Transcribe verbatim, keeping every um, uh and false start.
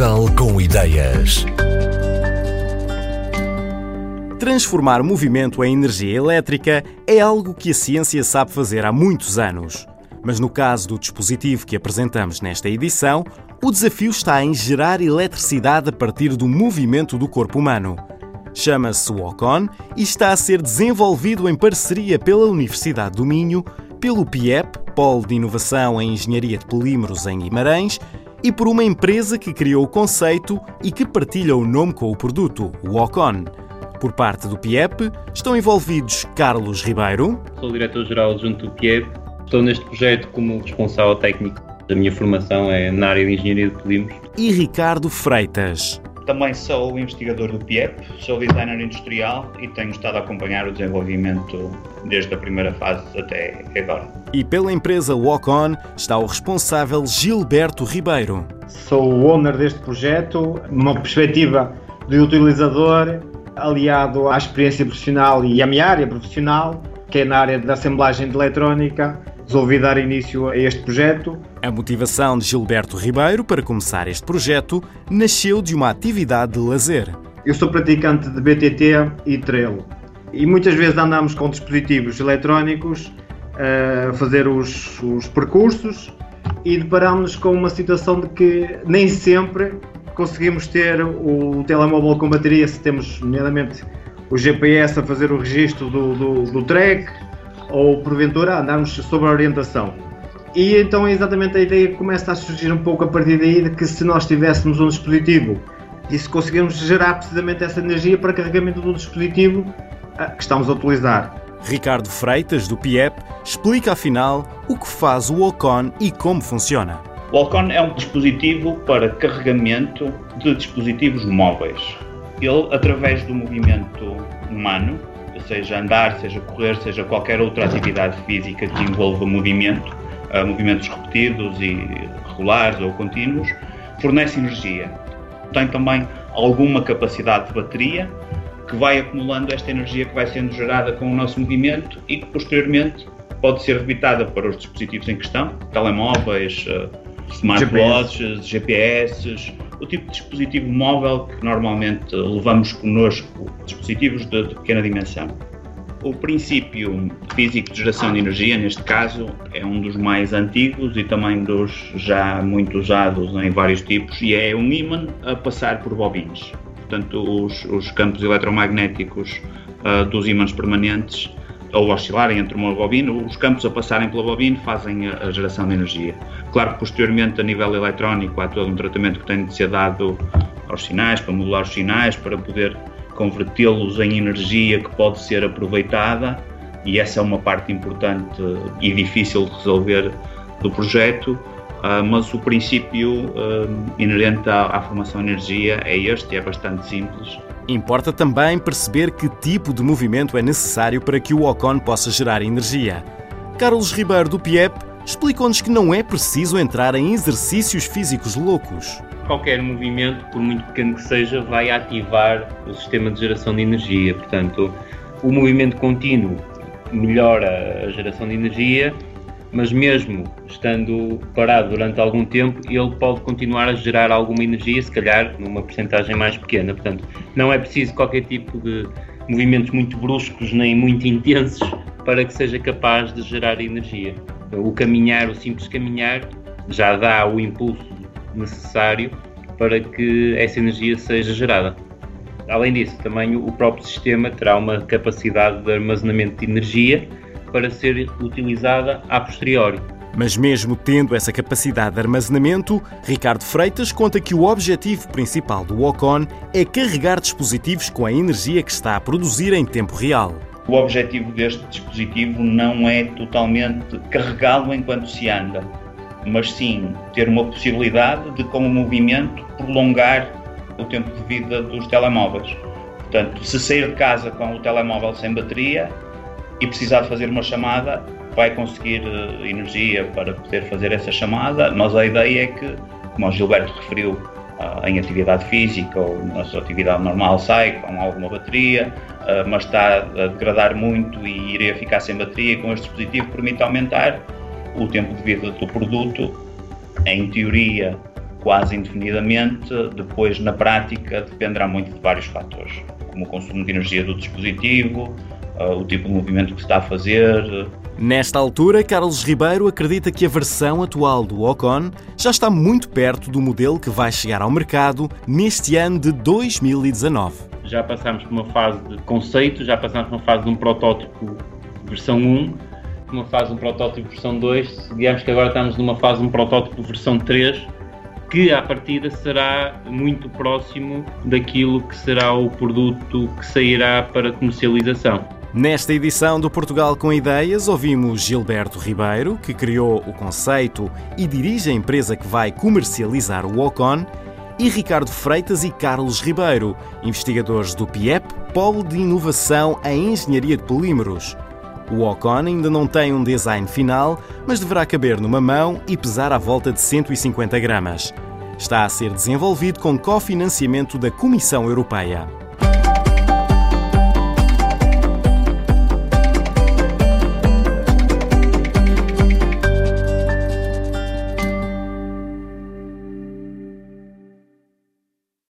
Portugal com ideias. Transformar movimento em energia elétrica é algo que a ciência sabe fazer há muitos anos. Mas no caso do dispositivo que apresentamos nesta edição, o desafio está em gerar eletricidade a partir do movimento do corpo humano. Chama-se Walk-On e está a ser desenvolvido em parceria pela Universidade do Minho, pelo P I E P, Polo de Inovação em Engenharia de Polímeros em Guimarães, e por uma empresa que criou o conceito e que partilha o nome com o produto, Walk-On. Por parte do P I E P, estão envolvidos Carlos Ribeiro. Sou diretor-geral junto do P I E P. Estou neste projeto como responsável técnico. A minha formação é na área de Engenharia de Polímeros. E Ricardo Freitas. Também sou o investigador do P I E P, sou designer industrial e tenho estado a acompanhar o desenvolvimento desde a primeira fase até agora. E pela empresa Walk-On está o responsável Gilberto Ribeiro. Sou o owner deste projeto, numa perspectiva de utilizador, aliado à experiência profissional e à minha área profissional, que é na área da assemblagem de eletrónica. Resolvi dar início a este projeto. A motivação de Gilberto Ribeiro para começar este projeto nasceu de uma atividade de lazer. Eu sou praticante de B T T e Trello e muitas vezes andamos com dispositivos eletrónicos a fazer os, os percursos e deparamos-nos com uma situação de que nem sempre conseguimos ter o telemóvel com bateria, se temos nomeadamente o G P S a fazer o registro do, do, do track, ou porventura andarmos sob a orientação. E então é exatamente a ideia que começa a surgir um pouco a partir daí, de que se nós tivéssemos um dispositivo e se conseguirmos gerar precisamente essa energia para carregamento do dispositivo que estamos a utilizar. Ricardo Freitas, do P I E P, explica afinal o que faz o Walk-On e como funciona. O Walk-On é um dispositivo para carregamento de dispositivos móveis. Ele, através do movimento humano, seja andar, seja correr, seja qualquer outra atividade física que envolva movimento, uh, movimentos repetidos e regulares ou contínuos, fornece energia. Tem também alguma capacidade de bateria que vai acumulando esta energia que vai sendo gerada com o nosso movimento e que posteriormente pode ser debitada para os dispositivos em questão, telemóveis, uh, smartwatches, G P S, o tipo de dispositivo móvel que normalmente levamos connosco, dispositivos de, de pequena dimensão. O princípio físico de geração de energia, neste caso, é um dos mais antigos e também dos já muito usados em vários tipos, e é um ímã a passar por bobinas. Portanto, os, os campos eletromagnéticos uh, dos ímãs permanentes, ao oscilarem entre uma bobina, os campos a passarem pela bobina fazem a, a geração de energia. Claro que posteriormente, a nível eletrónico, há todo um tratamento que tem de ser dado aos sinais, para modular os sinais, para poder convertê-los em energia que pode ser aproveitada, e essa é uma parte importante e difícil de resolver do projeto, mas o princípio inerente à, à formação de energia é este, é bastante simples. Importa também perceber que tipo de movimento é necessário para que o Walk-On possa gerar energia. Carlos Ribeiro, do P I E P, explicou-nos que não é preciso entrar em exercícios físicos loucos. Qualquer movimento, por muito pequeno que seja, vai ativar o sistema de geração de energia. Portanto, o movimento contínuo melhora a geração de energia, mas mesmo estando parado durante algum tempo, ele pode continuar a gerar alguma energia, se calhar numa percentagem mais pequena. Portanto, não é preciso qualquer tipo de movimentos muito bruscos nem muito intensos para que seja capaz de gerar energia. O caminhar, o simples caminhar, já dá o impulso necessário para que essa energia seja gerada. Além disso, também o próprio sistema terá uma capacidade de armazenamento de energia para ser utilizada a posteriori. Mas mesmo tendo essa capacidade de armazenamento, Ricardo Freitas conta que o objetivo principal do Walk-On é carregar dispositivos com a energia que está a produzir em tempo real. O objetivo deste dispositivo não é totalmente carregá-lo enquanto se anda, mas sim ter uma possibilidade de, com o movimento, prolongar o tempo de vida dos telemóveis. Portanto, se sair de casa com o telemóvel sem bateria e precisar de fazer uma chamada, vai conseguir uh, energia para poder fazer essa chamada, mas a ideia é que, como o Gilberto referiu, uh, em atividade física ou na sua atividade normal sai com alguma bateria, uh, mas está a degradar muito e iria ficar sem bateria, com este dispositivo permite aumentar o tempo de vida do produto, em teoria quase indefinidamente. Depois, na prática, dependerá muito de vários fatores, como o consumo de energia do dispositivo, o tipo de movimento que se está a fazer. Nesta altura, Carlos Ribeiro acredita que a versão atual do Ocon já está muito perto do modelo que vai chegar ao mercado neste ano de dois mil e dezanove. Já passámos por uma fase de conceito, já passámos por uma fase de um protótipo versão um, uma fase de um protótipo versão dois, digamos que agora estamos numa fase de um protótipo versão três, que à partida será muito próximo daquilo que será o produto que sairá para comercialização. Nesta edição do Portugal com Ideias, ouvimos Gilberto Ribeiro, que criou o conceito e dirige a empresa que vai comercializar o Ocon, e Ricardo Freitas e Carlos Ribeiro, investigadores do P I E P, Polo de Inovação em Engenharia de Polímeros. O Ocon ainda não tem um design final, mas deverá caber numa mão e pesar à volta de cento e cinquenta gramas. Está a ser desenvolvido com cofinanciamento da Comissão Europeia.